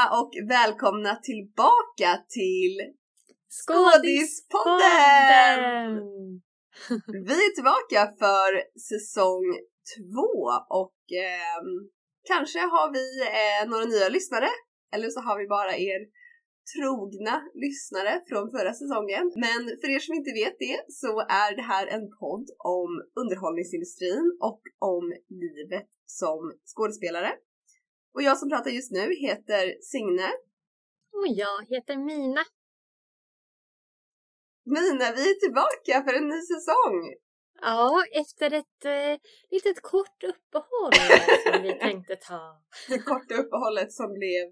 Hallå och välkomna tillbaka till Skådispodden! Vi är tillbaka för säsong 2 och kanske har vi några nya lyssnare, eller så har vi bara er trogna lyssnare från förra säsongen. Men för er som inte vet det så är det här en podd om underhållningsindustrin och om livet som skådespelare. Och jag som pratar just nu heter Signe. Och jag heter Mina. Mina, vi är tillbaka för en ny säsong. Ja, efter ett litet kort uppehåll som vi tänkte ta. Det korta uppehållet som blev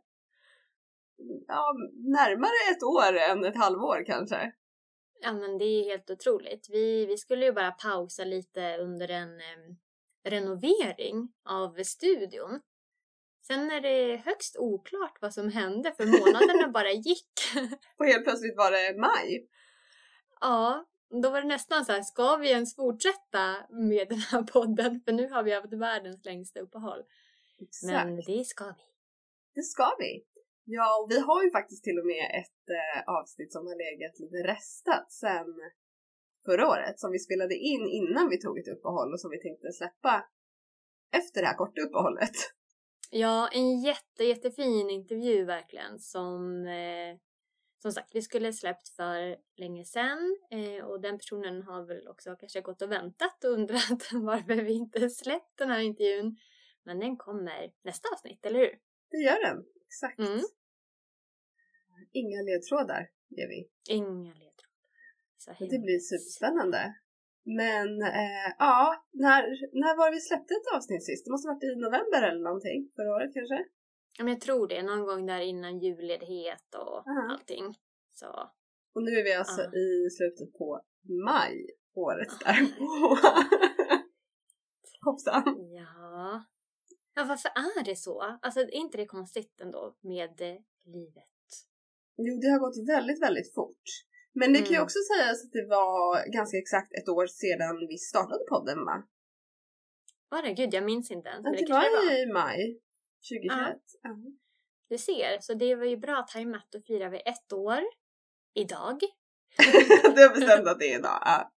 närmare ett år än ett halvår kanske. Ja, men det är helt otroligt. Vi skulle ju bara pausa lite under en renovering av studion. Sen är det högst oklart vad som hände för månaderna bara gick. Och helt plötsligt var det maj. Ja, då var det nästan så här, ska vi ens fortsätta med den här podden? För nu har vi haft världens längsta uppehåll. Exakt. Men det ska vi. Det ska vi. Ja, och vi har ju faktiskt till och med ett avsnitt som har legat lite restat sen förra året. Som vi spelade in innan vi tog ett uppehåll och som vi tänkte släppa efter det här korta uppehållet. Ja, en jättefin intervju verkligen som sagt, vi skulle släppt för länge sedan och den personen har väl också kanske gått och väntat och undrat varför vi inte släppt den här intervjun. Men den kommer nästa avsnitt, eller hur? Det gör den, exakt. Mm. Inga ledtrådar ger vi. Inga ledtrådar. Det blir superspännande. Men när var vi släppte ett avsnitt sist? Det måste ha varit i november eller någonting förra året kanske? Ja, men jag tror det. Någon gång där innan julledighet och allting. Så. Och nu är vi alltså i slutet på maj året därpå. Hoppsan. Ja. Ja, varför är det så? Alltså, är inte det konstigt ändå med livet? Jo, det har gått väldigt, väldigt fort. Men det kan ju också sägas att det var ganska exakt ett år sedan vi startade podden, va? Var det? Gud, jag minns inte ens. Det var i maj 2021. Du ser, så det var ju bra tajmat. Då firar vi 1 år idag. Du har bestämt att det är idag. Ja.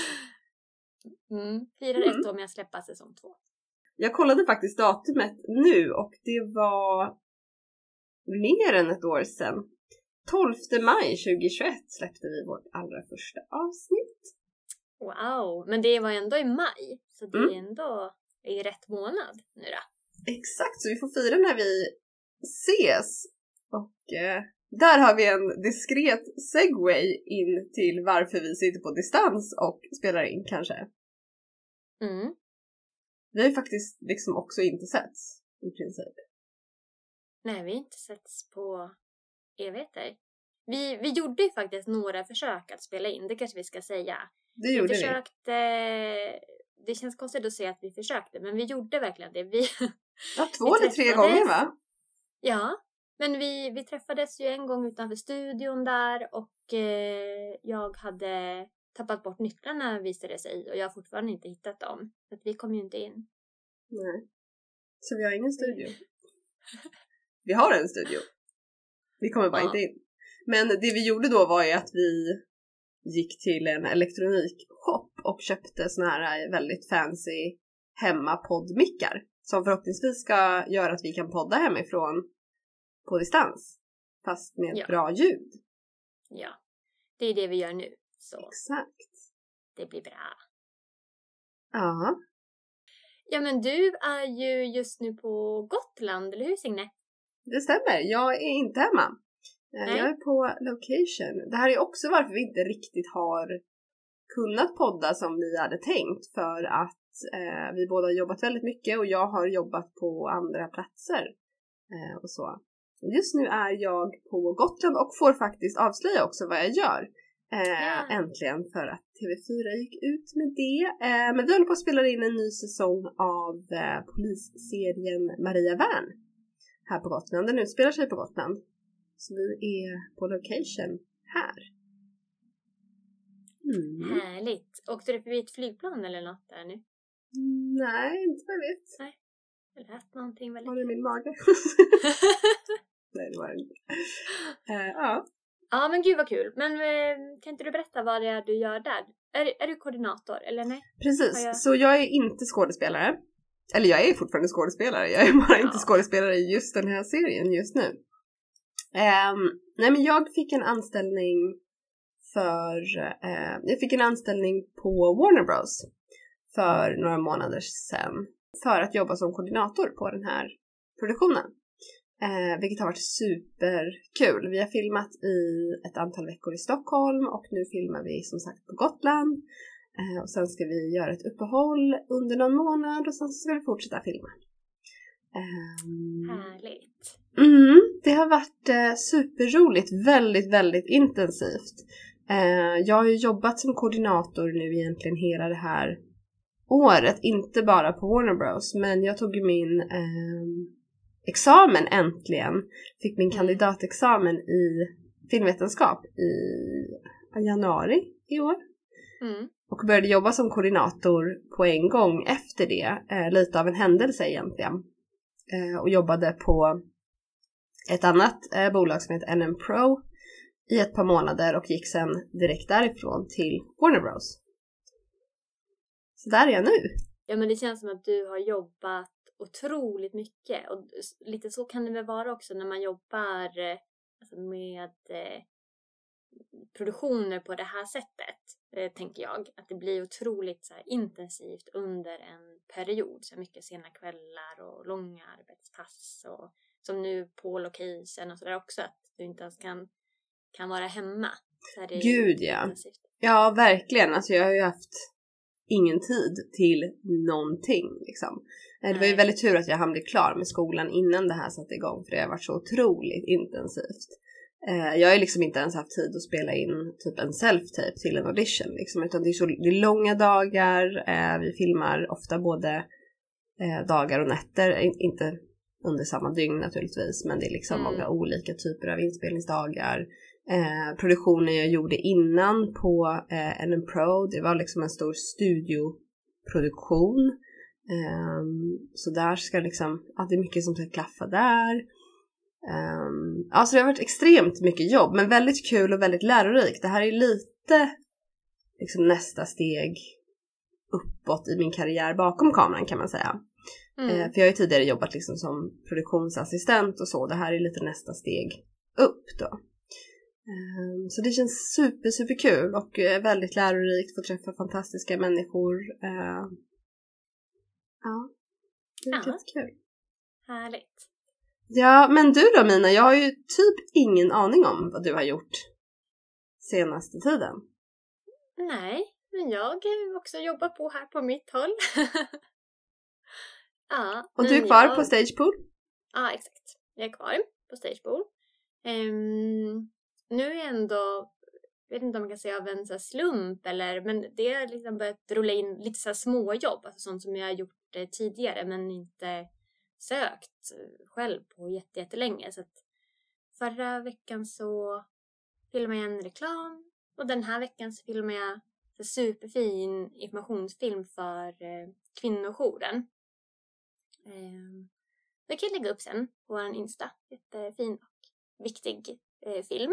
Firar 1 år med att släppa säsong 2. Jag kollade faktiskt datumet nu och det var mer än ett år sedan. 12 maj 2021 släppte vi vårt allra första avsnitt. Wow, men det var ändå i maj. Så det är ändå i rätt månad nu då. Exakt, så vi får fira när vi ses. Och där har vi en diskret segway in till varför vi sitter på distans och spelar in kanske. Vi har ju faktiskt liksom också inte setts i princip. Nej, vi har inte setts på evigheter. Vi gjorde ju faktiskt några försök att spela in, det kanske vi ska säga. Det gjorde vi. Det känns konstigt att säga att vi försökte, men vi gjorde verkligen det. 2 eller 3 gånger, va? Ja, men vi träffades ju en gång utanför studion där och jag hade tappat bort nycklarna visade det sig och jag har fortfarande inte hittat dem. Så att vi kom ju inte in. Nej, så vi har ingen studio. Vi har en studio. Vi kommer bara inte in. Men det vi gjorde då var ju att vi gick till en elektronikshop och köpte såna här väldigt fancy hemmapoddmickar som förhoppningsvis ska göra att vi kan podda hemifrån på distans fast med bra ljud. Ja, det är det vi gör nu. Så. Exakt. Det blir bra. Ja. Ja, men du är ju just nu på Gotland, eller hur Signe? Det stämmer, jag är inte hemma. Nej. Jag är på location. Det här är också varför vi inte riktigt har kunnat podda som vi hade tänkt. För att vi båda har jobbat väldigt mycket och jag har jobbat på andra platser. Och så. Just nu är jag på Gotland och får faktiskt avslöja också vad jag gör. Äntligen för att TV4 gick ut med det. Men vi håller på att spela in en ny säsong av polisserien Maria Wern här på Gotland. Den utspelar sig på Gotland. Så vi är på location här. Härligt. Åkte du förbi ett flygplan eller något där nu? Nej, inte vad jag vet. Nej, det lät någonting väldigt... Var det min mage? Nej, det var det inte. Ja. Ja, men gud vad kul. Men kan inte du berätta vad det är du gör där? Är du koordinator eller nej? Precis, så jag är inte skådespelare. Eller jag är fortfarande skådespelare. Jag är bara inte skådespelare i just den här serien just nu. Nej, men jag fick en anställning jag fick en anställning på Warner Bros. För några månader sedan. För att jobba som koordinator på den här produktionen. Vilket har varit superkul. Vi har filmat i ett antal veckor i Stockholm. Och nu filmar vi som sagt på Gotland. Och sen ska vi göra ett uppehåll under någon månad. Och sen ska vi fortsätta filma. Härligt. Det har varit superroligt. Väldigt, väldigt intensivt. Jag har ju jobbat som koordinator nu egentligen hela det här året. Inte bara på Warner Bros. Men jag tog ju min examen äntligen. Fick min kandidatexamen i filmvetenskap i januari i år. Och började jobba som koordinator på en gång efter det. Lite av en händelse egentligen. Och jobbade på ett annat bolag som heter NM Pro i ett par månader. Och gick sen direkt därifrån till Warner Bros. Så där är jag nu. Ja, men det känns som att du har jobbat otroligt mycket. Och lite så kan det väl vara också när man jobbar med produktioner på det här sättet, tänker jag. Att det blir otroligt så här intensivt under en period. Så mycket sena kvällar och långa arbetspass. Och som nu på location och sådär också. Att du inte ens kan vara hemma. Så är det Gud ja. intensivt. Ja, verkligen. Alltså jag har ju haft ingen tid till någonting liksom. Det var ju väldigt tur att jag hann bli klar med skolan innan det här satte igång. För det har varit så otroligt intensivt. Jag har liksom inte ens haft tid att spela in typ en self-tape till en audition liksom, utan det är långa dagar. Vi filmar ofta både dagar och nätter, inte under samma dygn naturligtvis, men det är liksom många olika typer av inspelningsdagar. Produktionen jag gjorde innan på NM Pro, det var liksom en stor studioproduktion. Så där ska liksom, det är mycket som ska klaffa där. Alltså det har varit extremt mycket jobb, men väldigt kul och väldigt lärorikt. Det här är lite liksom nästa steg uppåt i min karriär bakom kameran kan man säga. För jag har ju tidigare jobbat liksom som produktionsassistent och så. Det här är lite nästa steg upp då. Så det känns super kul och väldigt lärorikt. Få träffa fantastiska människor. Ja, det är jättekul. Härligt. Ja, men du då Mina, jag har ju typ ingen aning om vad du har gjort senaste tiden. Nej, men jag har också jobbat på här på mitt håll. Ja, och du är kvar på Stagepool? Ja, exakt. Jag är kvar på Stagepool. Nu är jag ändå, jag vet inte om man kan säga av en så här slump men det har liksom börjat rulla in lite så här småjobb, alltså sånt som jag har gjort tidigare men inte sökt själv på jättelänge. Så att förra veckan så filmade jag en reklam och den här veckan så filmade jag en superfin informationsfilm för kvinnojouren. Det kan jag lägga upp sen på vår Insta. Jättefin och viktig film.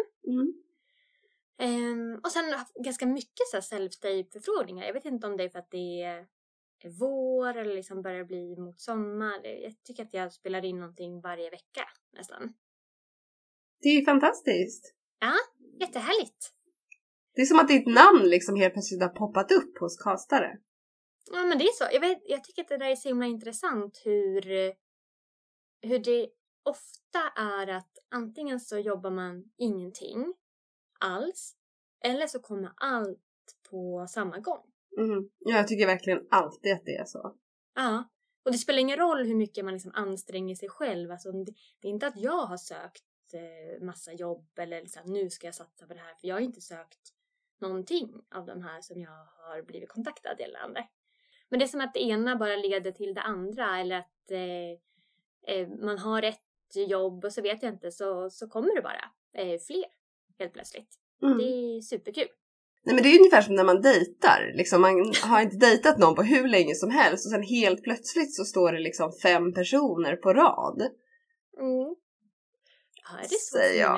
Och sen har jag haft ganska mycket så här self-tape-förfrågningar. Jag vet inte om det är för att det är vår eller liksom börjar bli mot sommar. Jag tycker att jag spelar in någonting varje vecka nästan. Det är ju fantastiskt. Ja, jättehärligt. Det är som att ditt namn liksom helt plötsligt har poppat upp hos castare. Ja, men det är så. Jag tycker att det där är så himla intressant hur det ofta är att antingen så jobbar man ingenting alls eller så kommer allt på samma gång. Ja, jag tycker verkligen alltid att det är så. Ja, och det spelar ingen roll hur mycket man liksom anstränger sig själv. Alltså, det är inte att jag har sökt massa jobb eller liksom, nu ska jag satsa på det här. För jag har inte sökt någonting av de här som jag har blivit kontaktad eller andra. Men det är som att det ena bara leder till det andra. Eller att man har ett jobb och så vet jag inte. Så kommer det bara fler helt plötsligt. Det är superkul. Nej, men det är ungefär som när man dejtar. Liksom, man har inte dejtat någon på hur länge som helst. Och sen helt plötsligt så står det liksom 5 personer på rad. Ja, är det så säger jag.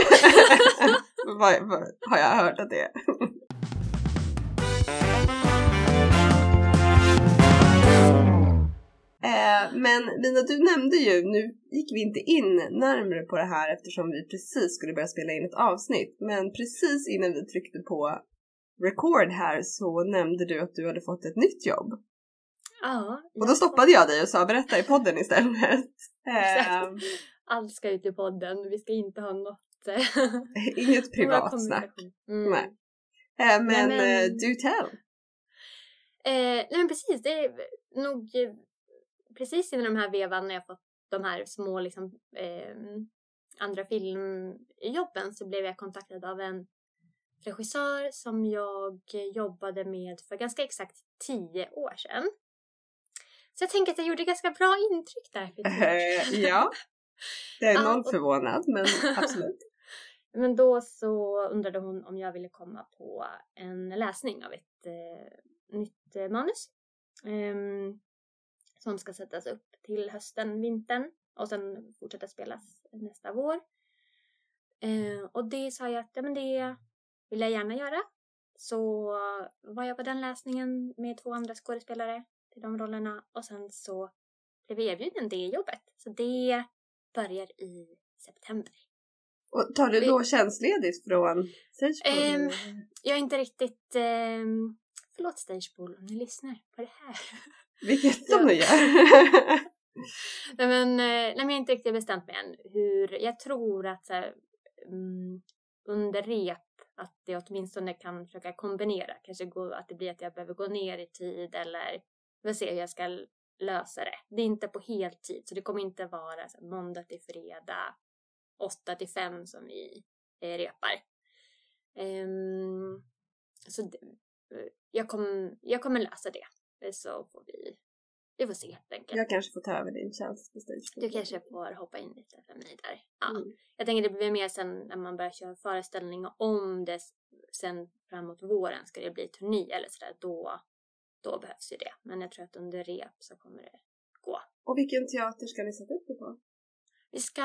Vad har jag hört att det är? Men Lina, du nämnde ju, nu gick vi inte in närmare på det här eftersom vi precis skulle börja spela in ett avsnitt. Men precis innan vi tryckte på record här så nämnde du att du hade fått ett nytt jobb. Ja. Och då stoppade jag dig och sa berätta i podden istället. Allt ska ut i podden, vi ska inte ha något. Inget privat snack. Nej. Men do tell. Nej men precis, det är nog precis innan de här vevan när jag fått de här små liksom, andra filmjobben så blev jag kontaktad av en regissör som jag jobbade med för ganska exakt 10 år sedan. Så jag tänker att jag gjorde ganska bra intryck där. Ja, jag är noll förvånad, men absolut. Men då så undrade hon om jag ville komma på en läsning av ett nytt manus. Som ska sättas upp till hösten, vintern. Och sen fortsätta spelas nästa vår. Och det sa jag att ja, men det vill jag gärna göra. Så var jag på den läsningen med 2 andra skådespelare till de rollerna. Och sen så blev vi erbjuden det jobbet. Så det börjar i september. Och tar du då tjänstledigt från Stagepool? Jag är inte riktigt... förlåt Stagepool om ni lyssnar på det här. Vilket de nu gör. nej, men jag är inte riktigt bestämt mig än. Jag tror att så här, under rep att det åtminstone kan försöka kombinera. Kanske att det blir att jag behöver gå ner i tid eller vi se hur jag ska lösa det. Det är inte på heltid så det kommer inte vara så här, måndag till fredag 8-5 som vi repar. Så jag kommer lösa det. Så får vi får se helt enkelt. Jag kanske får ta över din tjänst på Stage. Du kanske får hoppa in lite för mig där. Ja. Jag tänker det blir mer sen när man börjar köra föreställningar om det sen framåt våren ska det bli turné eller sådär. Då behövs ju det. Men jag tror att under rep så kommer det gå. Och vilken teater ska ni sätta upp det på? Vi ska,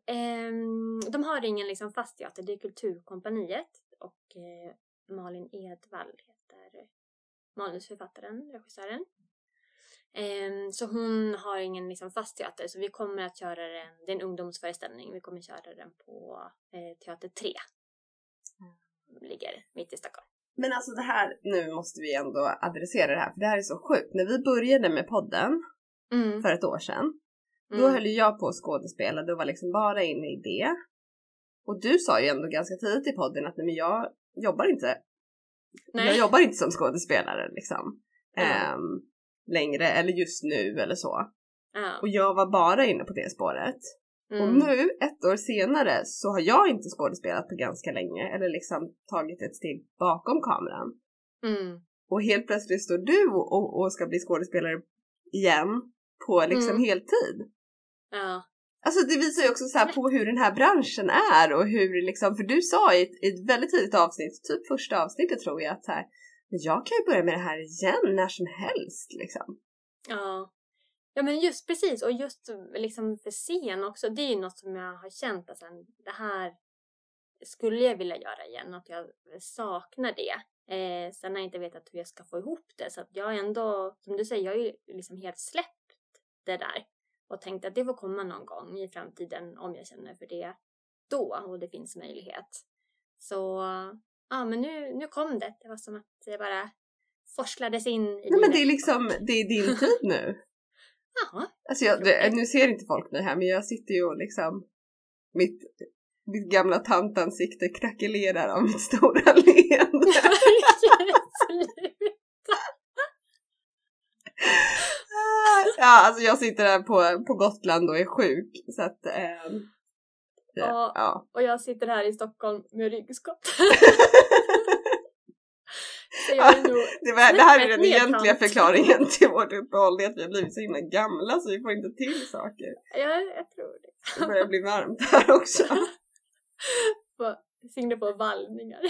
de har ingen liksom fast teater, det är Kulturkompaniet och Malin Edvall heter manusförfattaren, regissören. Så hon har ingen liksom fast teater så vi kommer att köra den, det är en ungdomsföreställning, vi kommer köra den på Teater 3. Ligger mitt i Stockholm. Men alltså det här, nu måste vi ändå adressera det här för det här är så sjukt. När vi började med podden för ett år sedan. Då höll jag på att skådespela. Du var liksom bara inne i det. Och du sa ju ändå ganska tidigt i podden att nej, men jag jobbar inte. Nej. Jag jobbar inte som skådespelare liksom. Längre eller just nu eller så. Och jag var bara inne på det spåret. Och nu, 1 år senare, så har jag inte skådespelat på ganska länge. Eller liksom tagit ett steg bakom kameran. Och helt plötsligt står du och ska bli skådespelare igen på liksom heltid. Ja. Alltså det visar ju också så här på hur den här branschen är och hur liksom, för du sa i ett väldigt tidigt avsnitt, typ första avsnittet tror jag att så här, jag kan ju börja med det här igen när som helst liksom. Ja men just precis och just liksom för scen också, det är ju något som jag har känt att det här skulle jag vilja göra igen, att jag saknar det. Sen har jag inte vetat hur jag ska få ihop det så att jag ändå, som du säger, jag är ju liksom helt släppt det där. Och tänkte att det får komma någon gång i framtiden om jag känner för det då. Och det finns möjlighet. Så ja, men nu kom det. Det var som att det bara forslades in i livet. Men det är liksom, det är din tid nu. Ja. Alltså nu ser inte folk mig här, men jag sitter ju och liksom mitt gamla tantansikte krackelerar av mitt stora leende. Ja, alltså jag sitter här på Gotland och är sjuk. Så att, ja. Och jag sitter här i Stockholm med ryggskott. Det här är den egentliga förklaringen till vårt uppehåll. Det är att vi har blivit så himla gamla så vi får inte till saker. Ja, jag tror det. Det börjar bli varmt här också. Signe på vallningar.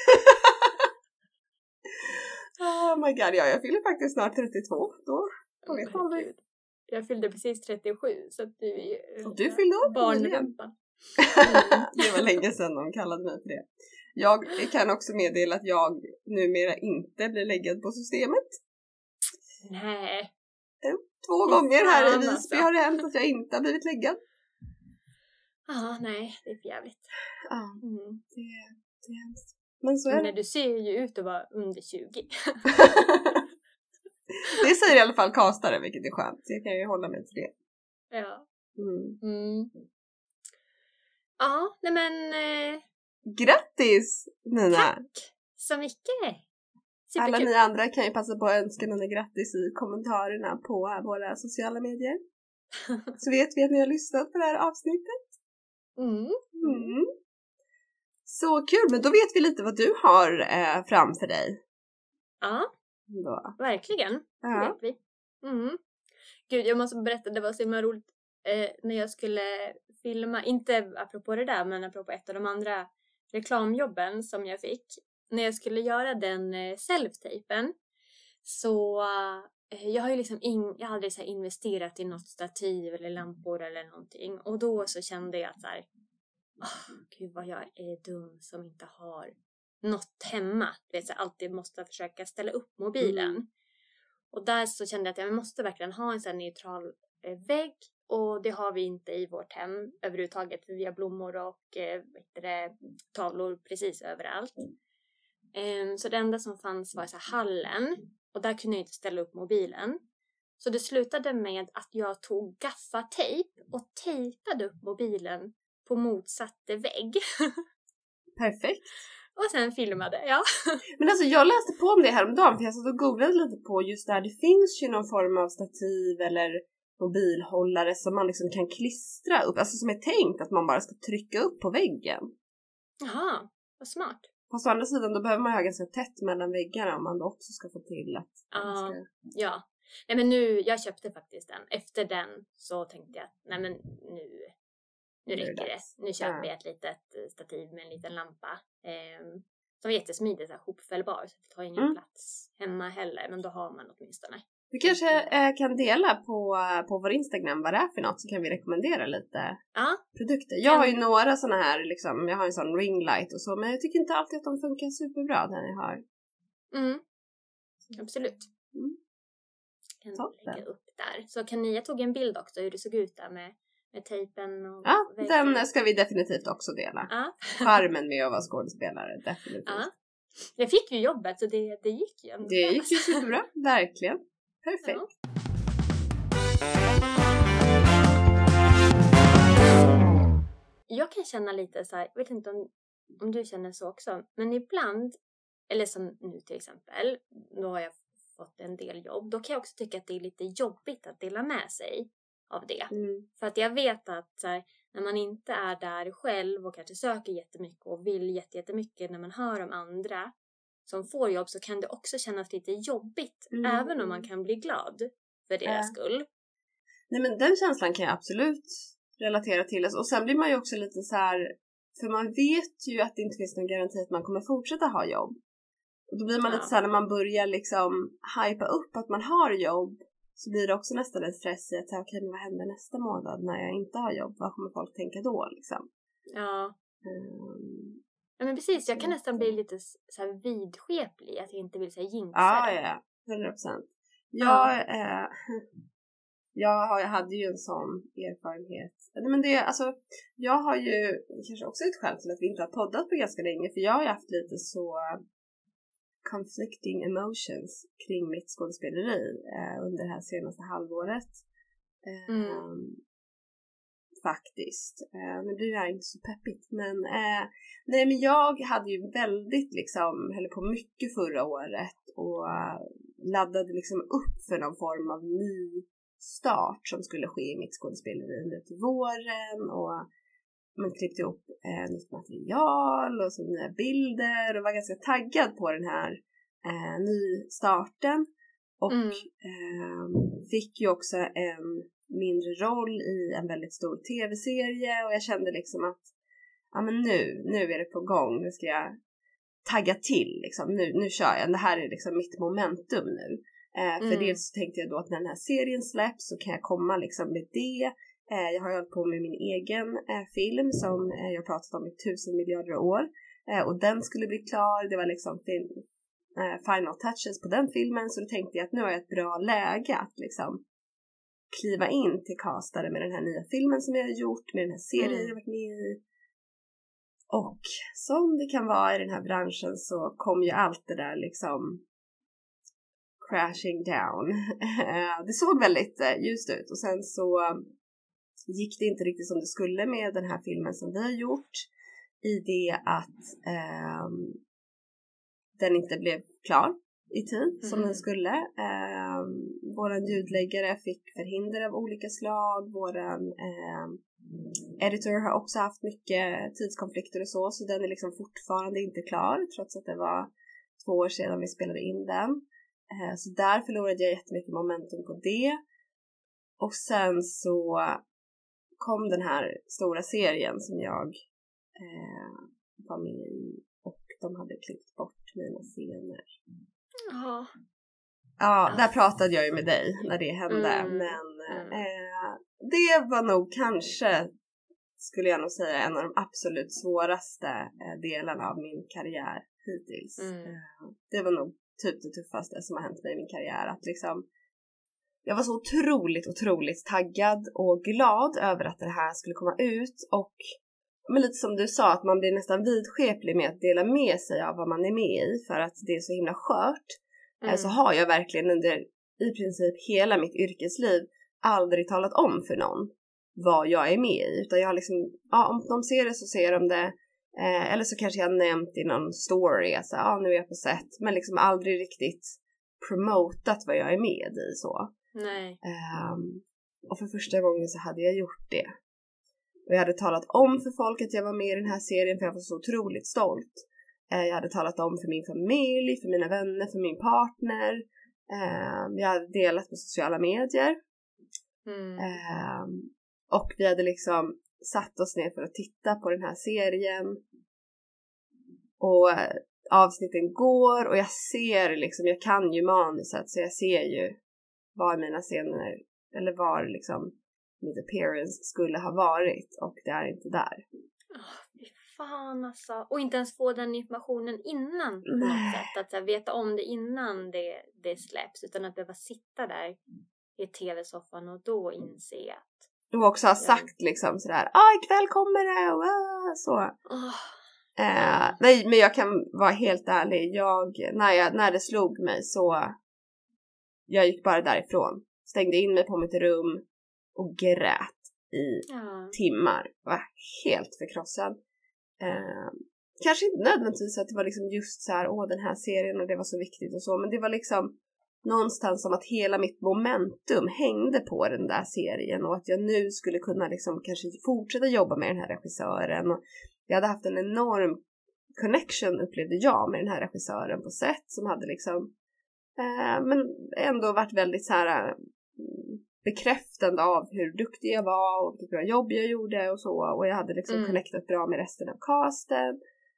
Oh my god, ja, jag fyller faktiskt snart 32 då. Jag fyllde precis 37 så att och du fyllde upp barnväntan. Det var länge sedan de kallade mig för det. Jag kan också meddela att jag numera inte blir läggad på systemet. Nej. 2 gånger här i Visby alltså. har det hänt att jag inte har blivit läggad. Ja, nej, det är för jävligt. Ja, det är hemskt. Men så är Men det. du ser ju ut att vara under 20. Det säger i alla fall kastare, vilket är skönt. Så jag kan ju hålla mig till det. Ja. Ja, nej men... Grattis, Nina! Tack så mycket! Superkul. Alla ni andra kan ju passa på att önska Nina grattis i kommentarerna på våra sociala medier. Så vet vi att ni har lyssnat på det här avsnittet. Så kul, men då vet vi lite vad du har framför dig. Ja, då. Verkligen. Det vet vi. Gud, jag måste berätta, det var så himla roligt när jag skulle filma, inte apropå det där, men apropå ett av de andra reklamjobben som jag fick. När jag skulle göra den self-tapen, så jag har ju liksom jag har aldrig så här investerat i något stativ eller lampor eller någonting. Och då så kände jag att så här, gud vad jag är dum som inte har något hemma. Du vet, så alltid måste försöka ställa upp mobilen. Och där så kände jag att jag måste verkligen ha en sån här neutral vägg. Och det har vi inte i vårt hem överhuvudtaget. För vi har blommor och tavlor precis överallt. Så det enda som fanns var så här hallen. Och där kunde jag inte ställa upp mobilen. Så det slutade med att jag tog gaffatejp och tejpade upp mobilen på motsatte vägg. Perfekt. Och sen filmade, ja. Men alltså jag läste på om det häromdagen, för jag satt och googlade lite på just där. Det finns ju någon form av stativ eller mobilhållare som man liksom kan klistra upp. Alltså som är tänkt att man bara ska trycka upp på väggen. Jaha, vad smart. Fast å andra sidan då behöver man ju ha ganska tätt mellan väggarna om man då också ska få till att... Ja. Nej men jag köpte faktiskt den. Efter den så tänkte jag, nej men nu räcker det. Nu köper jag ett litet stativ med en liten lampa. Som är jättesmidig, så här hopfällbar. Så det tar ingen plats hemma heller. Men då har man åtminstone. Du kanske kan dela på vår Instagram vad det är för något, så kan vi rekommendera lite produkter. Jag har ju några såna här, liksom, jag har en sån ringlight och så, men jag tycker inte alltid att de funkar superbra den jag har. Absolut. Kan lägga upp där. Så jag tog en bild också hur det såg ut där med tejpen och väggen. Den ska vi definitivt också dela. Charmen med att vara skådespelare, definitivt. Jag fick ju jobbet, så det gick ju ändå. Det gick ju superbra, verkligen. Perfekt. Jag kan känna lite så här, jag vet inte om du känner så också, men ibland, eller som nu till exempel, då har jag fått en del jobb, då kan jag också tycka att det är lite jobbigt att dela med sig av det. För att jag vet att så här, när man inte är där själv och kanske söker jättemycket och vill jättemycket, när man hör om andra som får jobb, så kan det också kännas lite jobbigt. Även om man kan bli glad för deras skull. Nej, men den känslan kan jag absolut relatera till. Och sen blir man ju också lite så här, för man vet ju att det inte finns någon garanti att man kommer fortsätta ha jobb. Och då blir man lite så här, när man börjar liksom hypa upp att man har jobb, så blir det också nästan en stress i att säga, okej, men vad händer nästa månad när jag inte har jobb? Vad kommer folk tänka då liksom? Ja. Ja, men precis. Jag kan nästan bli lite så här vidskeplig, att jag inte vill säga jinxa. Ja, 100%. Jag hade ju en sån erfarenhet. Men det, alltså, jag har ju kanske också ett skäl till att vi inte har poddat på ganska länge, för jag har ju haft lite så conflicting emotions kring mitt skådespeleri under det här senaste halvåret. Faktiskt. Nu blir det inte så peppigt, men nej, men jag hade ju väldigt liksom, höll på mycket förra året och laddade liksom upp för någon form av ny start som skulle ske i mitt skådespeleri under till våren, och man klippte ihop nytt material och så nya bilder och var ganska taggad på den här nystarten, och fick ju också en mindre roll i en väldigt stor tv-serie, och jag kände liksom att men nu är det på gång, nu ska jag tagga till liksom, nu kör jag, det här är liksom mitt momentum nu. För dels så tänkte jag då att när den här serien släpps så kan jag komma liksom med det Jag har hållit på med min egen film som jag pratat om i 1000 miljarder år. Och den skulle bli klar. Det var liksom final touches på den filmen. Så då tänkte jag att nu har jag ett bra läge att liksom kliva in till castare med den här nya filmen som jag har gjort. Med den här serien jag varit med i. Och som det kan vara i den här branschen så kom ju allt det där liksom crashing down. Det såg väldigt ljust ut. Och sen så gick det inte riktigt som det skulle med den här filmen som vi har gjort. I det att den inte blev klar i tid som den skulle. Våran ljudläggare fick förhinder av olika slag. Våran editor har också haft mycket tidskonflikter och så den är liksom fortfarande inte klar trots att det var 2 år sedan vi spelade in den. Så där förlorade jag jättemycket momentum på det. Och sen så kom den här stora serien som jag var med i och de hade klippt bort mina scener. Ja, där pratade jag ju med dig när det hände. Men det var nog kanske, skulle jag nog säga, en av de absolut svåraste delarna av min karriär hittills. Det var nog typ det tuffaste som har hänt mig i min karriär. Att liksom, jag var så otroligt taggad och glad över att det här skulle komma ut. Och men lite som du sa, att man blir nästan vidskeplig med att dela med sig av vad man är med i. För att det är så himla skört. Så har jag verkligen under i princip hela mitt yrkesliv aldrig talat om för någon vad jag är med i. Utan jag har liksom, om de ser det så ser de det. Eller så kanske jag har nämnt i någon story. Alltså, nu är jag på set. Men liksom aldrig riktigt promotat vad jag är med i så. Nej. Och för första gången så hade jag gjort det. Och jag hade talat om för folk att jag var med i den här serien. För jag var så otroligt stolt. Jag hade talat om för min familj, för mina vänner, för min partner. Jag hade delat på sociala medier. Och vi hade liksom satt oss ner för att titta på den här serien. Och avsnitten går och jag ser liksom, jag kan ju manuset så jag ser ju var mina scener, eller var liksom mitt appearance skulle ha varit och det är inte där. Fan alltså. Och inte ens få den informationen innan på något sätt. Att så här, veta om det innan det släpps. Utan att behöva sitta där i tv-soffan och då inse att... Du också har sagt liksom sådär, ikväll kommer det och så. Nej, men jag kan vara helt ärlig. När det slog mig så jag gick bara därifrån. Stängde in mig på mitt rum och grät i timmar. Jag var helt förkrossad. Kanske inte nödvändigtvis att det var liksom just så här, den här serien och det var så viktigt och så, men det var liksom någonstans som att hela mitt momentum hängde på den där serien och att jag nu skulle kunna liksom kanske fortsätta jobba med den här regissören och jag hade haft en enorm connection upplevde jag med den här regissören på set som hade liksom men ändå varit väldigt så här bekräftande av hur duktig jag var och hur bra jobb jag gjorde och så. Och jag hade liksom connectat bra med resten av casten.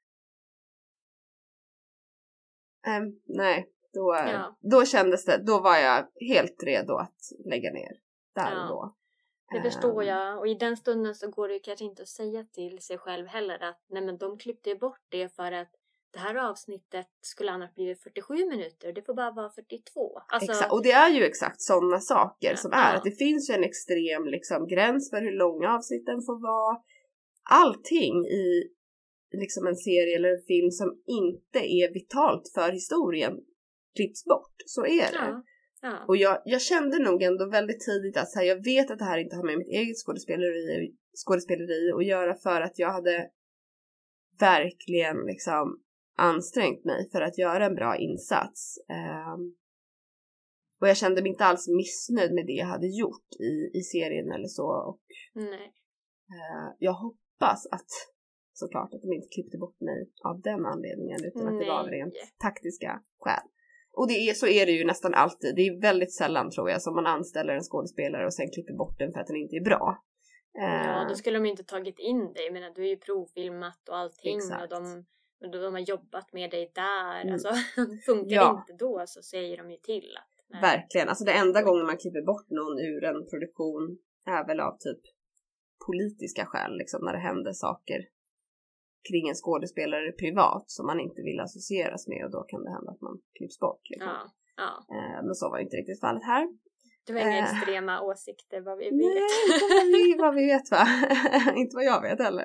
Nej, då kändes det, då var jag helt redo att lägga ner där och då. Det förstår jag. Och i den stunden så går det kanske inte att säga till sig själv heller att nej men de klippte bort det för att det här avsnittet skulle annars bli 47 minuter. Det får bara vara 42. Alltså... Exakt. Och det är ju exakt sådana saker som är. Att det finns ju en extrem liksom, gräns för hur långa avsnitten får vara. Allting i liksom, en serie eller en film som inte är vitalt för historien klipps bort. Så är det. Ja. Och jag kände nog ändå väldigt tidigt att så här, jag vet att det här inte har med mitt eget skådespeleri att göra för att jag hade verkligen liksom ansträngt mig för att göra en bra insats. Och jag kände mig inte alls missnöjd med det jag hade gjort i serien eller så. Och, jag hoppas att såklart att de inte klippte bort mig av den anledningen utan att det var rent taktiska skäl. Och så är det ju nästan alltid. Det är väldigt sällan tror jag som man anställer en skådespelare och sen klipper bort den för att den inte är bra. Ja, då skulle de inte tagit in dig. Jag menar, du är ju provfilmat och allting. Exakt. Och de har jobbat med dig där. Alltså, funkar det inte då så säger de ju till att... Verkligen. Alltså det enda gången man klipper bort någon ur en produktion är väl av typ politiska skäl liksom, när det händer saker kring en skådespelare privat som man inte vill associeras med, och då kan det hända att man klipps bort liksom. Men så var inte riktigt fallet här. Det var inga extrema åsikter vad vi vet. Nej, inte vad vi vet va? Inte vad jag vet heller.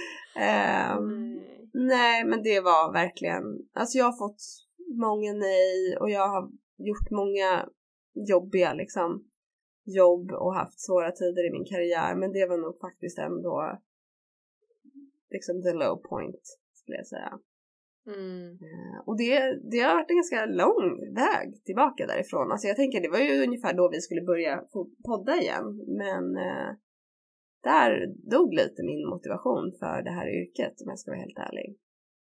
Nej, men det var verkligen, alltså jag har fått många nej och jag har gjort många jobbiga liksom jobb och haft svåra tider i min karriär, men det var nog faktiskt ändå liksom the low point skulle jag säga. Och det har varit en ganska lång väg tillbaka därifrån. Alltså jag tänker det var ju ungefär då vi skulle börja podda igen, men där dog lite min motivation för det här yrket om jag ska vara helt ärlig.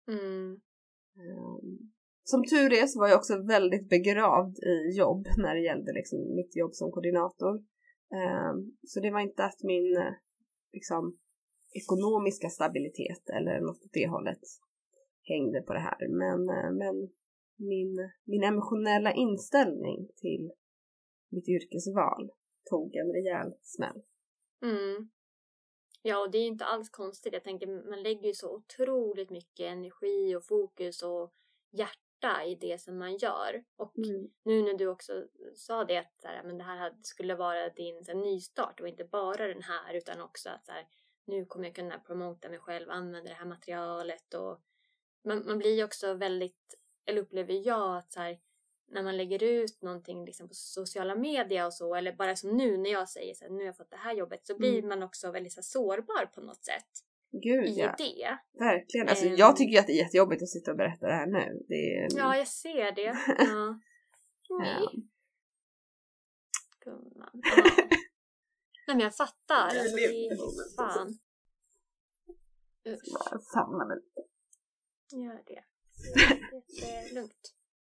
Som tur är så var jag också väldigt begravd i jobb när det gällde liksom mitt jobb som koordinator. Så det var inte att min liksom ekonomiska stabilitet eller något åt det hållet hängde på det här. Men min emotionella inställning till mitt yrkesval tog en rejäl smäll. Ja, och det är inte alls konstigt. Jag tänker man lägger ju så otroligt mycket energi och fokus och hjärta i det som man gör. Och nu när du också sa det att så här, men det här skulle vara din så här, nystart och inte bara den här utan också att så här, nu kommer jag kunna promota mig själv, använda det här materialet och man blir ju också väldigt, eller upplever jag att så här, när man lägger ut någonting liksom på sociala medier och så, eller bara som nu när jag säger så här, nu har jag fått det här jobbet, så blir man också väldigt så här, sårbar på något sätt. Gud, i det. Verkligen. Alltså, jag tycker ju att det är jättejobbigt att sitta och berätta det här nu. Ja, jag ser det. Ja. Gumman. Ja. Nej, men jag fattar. Alltså, det är fan. Jag samlar mig lite. Gör det. Det är lugnt.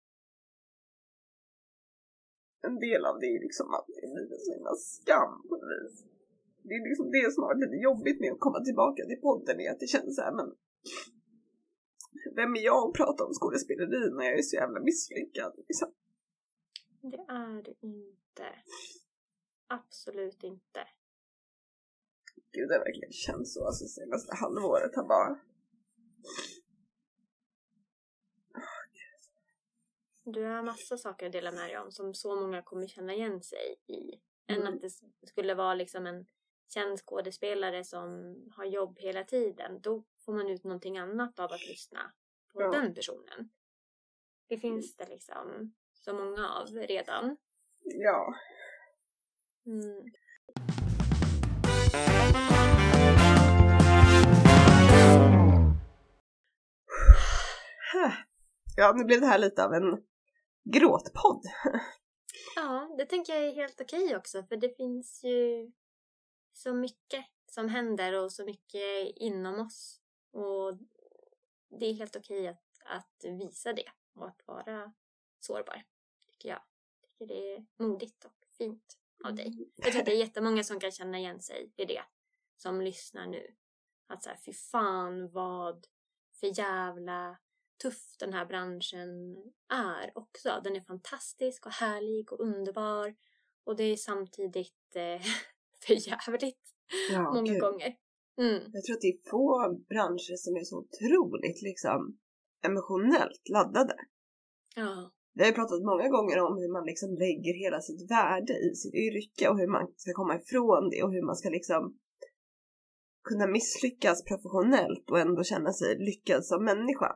En del av det är liksom att det blir en sån skam på något vis. Det är liksom det som har varit lite jobbigt med att komma tillbaka till podden, är att det känns så här, men vem är jag att prata om skådespeleri när jag är så jävla misslyckad liksom? Det är det inte. Absolut inte. Gud, det har verkligen känts så. Alltså senaste halvåret har bara... Du har massa saker att dela med dig om som så många kommer känna igen sig i. Än att det skulle vara liksom en känd skådespelare som har jobb hela tiden. Då får man ut någonting annat av att lyssna på den personen. Det finns det liksom så många av redan. Ja. Ja, nu blev det här lite av en gråtpodd. Ja, det tänker jag är helt okej också. För det finns ju så mycket som händer och så mycket inom oss. Och det är helt okej att visa det och att vara sårbar, tycker jag. Jag tycker det är modigt och fint av dig. Jag tror att det är jättemånga som kan känna igen sig i det som lyssnar nu. Att så här, fy fan vad för jävla tuff den här branschen är också. Den är fantastisk och härlig och underbar. Och det är samtidigt för jävligt många gånger. Jag tror att det är få branscher som är så otroligt liksom emotionellt laddade. Ja. Vi har ju pratat många gånger om hur man liksom lägger hela sitt värde i sitt yrke och hur man ska komma ifrån det och hur man ska liksom kunna misslyckas professionellt och ändå känna sig lyckad som människa.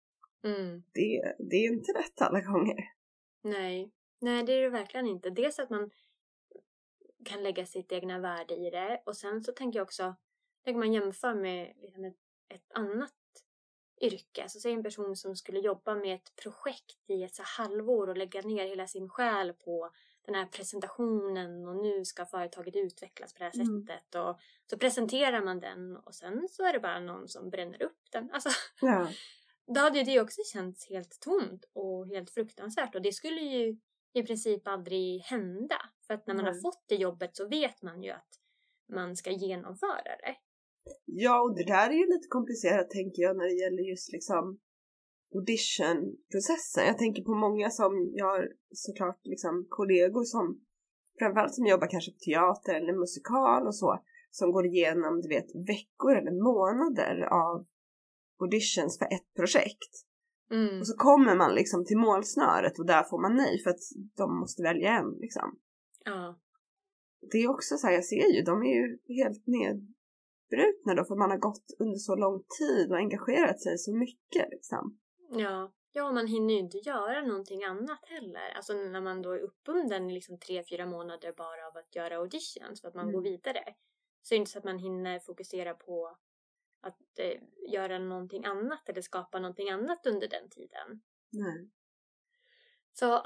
Det är inte rätt alla gånger. Nej, det är det verkligen inte. Dels att man kan lägga sitt egna värde i det. Och sen så tänker jag också, när man jämför med liksom ett annat yrke. Så säg en person som skulle jobba med ett projekt i ett så halvår och lägga ner hela sin själ på den här presentationen och nu ska företaget utvecklas på det här sättet. Och så presenterar man den och sen så är det bara någon som bränner upp den. Alltså, då hade ju det också känts helt tomt och helt fruktansvärt. Och det skulle ju i princip aldrig hända. För att när man har fått det jobbet så vet man ju att man ska genomföra det. Ja, och det där är ju lite komplicerat tänker jag när det gäller just liksom auditionprocessen. Jag tänker på många som jag har såklart liksom kollegor som framförallt som jobbar kanske på teater eller musikal och så. som går igenom, du vet, veckor eller månader av auditions för ett projekt. Och så kommer man liksom till målsnöret och där får man nej för att de måste välja en liksom. Ja. Det är också så här, jag ser ju, de är ju helt nedbrutna då för man har gått under så lång tid och engagerat sig så mycket liksom. Ja, man hinner ju inte göra någonting annat heller. Alltså när man då är uppbunden i liksom 3-4 månader bara av att göra auditions för att man går vidare. Så är det inte så att man hinner fokusera på att göra någonting annat eller skapa någonting annat under den tiden. Nej. Så,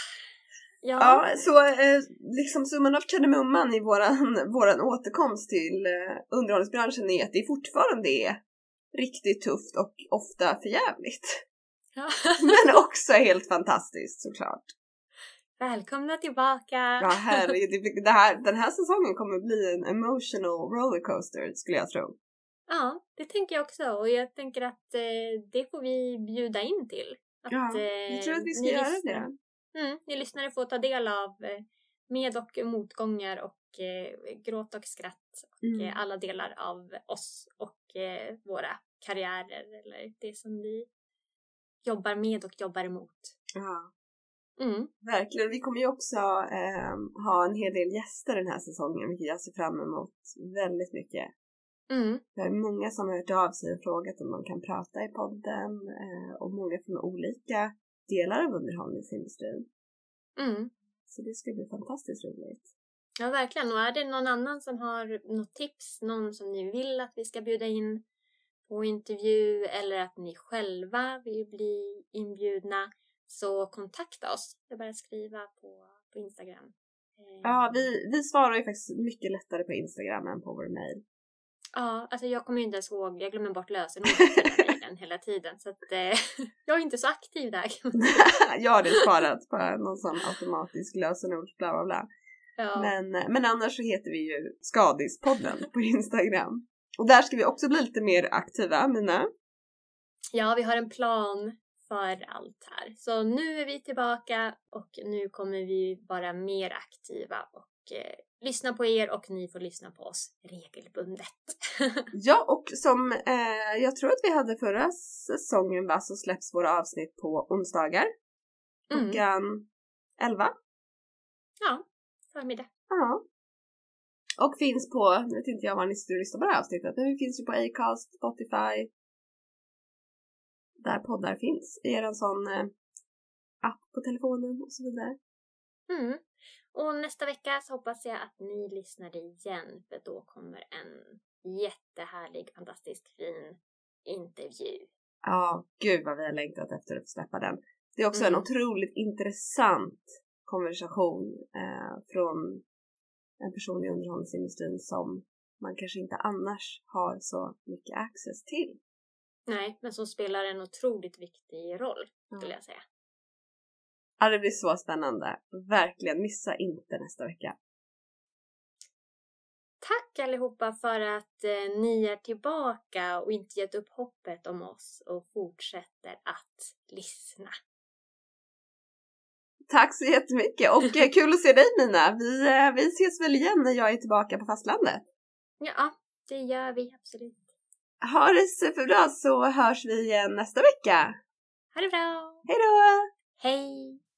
så liksom summan av kardemumman i våran återkomst till underhållningsbranschen är att det fortfarande är riktigt tufft och ofta förjävligt. Ja. Men också helt fantastiskt såklart. Välkomna tillbaka! Ja, herregud, den här säsongen kommer bli en emotional rollercoaster skulle jag tro. Ja, det tänker jag också. Och jag tänker att det får vi bjuda in till. Att, jag tror att vi ska göra det. Ni lyssnare får ta del av med- och motgångar och gråt och skratt. Och alla delar av oss och våra karriärer. Eller det som vi jobbar med och jobbar emot. Ja. Verkligen. Vi kommer ju också ha en hel del gäster den här säsongen, vilket jag ser fram emot väldigt mycket. Det är många som har hört av sig och frågat om de kan prata i podden och många från olika delar av underhållningsindustrin. Så det ska bli fantastiskt roligt. Ja, verkligen. Och är det någon annan som har något tips, någon som ni vill att vi ska bjuda in på intervju eller att ni själva vill bli inbjudna, så kontakta oss. Det är bara att skriva på Instagram. Ja, vi svarar ju faktiskt mycket lättare på Instagram än på vår mail. Ja, alltså jag kommer ju inte ens ihåg. Jag glömmer bort lösenordet hela tiden. Så att jag är inte så aktiv där. Jag har det sparat på någon sån automatisk lösenord bla bla bla. Ja. Men annars så heter vi ju Skadispodden på Instagram. Och där ska vi också bli lite mer aktiva, Mina. Ja, vi har en plan för allt här. Så nu är vi tillbaka och nu kommer vi vara mer aktiva och lyssna på er och ni får lyssna på oss regelbundet. Ja, och som jag tror att vi hade förra säsongen, så släpps våra avsnitt på onsdagar. Klockan 11. Ja, förmiddag. Ja. Och finns på, nu vet inte jag var ni skulle lyssna på det här avsnittet, men vi finns ju på Acast, Spotify. Där poddar finns. I en sån app på telefonen och så vidare. Och nästa vecka så hoppas jag att ni lyssnar igen. För då kommer en jättehärlig, fantastisk, fin intervju. Ja, gud vad vi har längtat efter att släppa den. Det är också en otroligt intressant konversation från en person i underhållningsindustrin som man kanske inte annars har så mycket access till. Nej, men som spelar en otroligt viktig roll, skulle jag säga. Ja, det blir så spännande. Verkligen, missa inte nästa vecka. Tack allihopa för att ni är tillbaka och inte gett upp hoppet om oss och fortsätter att lyssna. Tack så jättemycket och kul att se dig, Nina. Vi ses väl igen när jag är tillbaka på fastlandet. Ja, det gör vi absolut. Ha det superbra så hörs vi igen nästa vecka. Ha det bra! Hej då! Hej!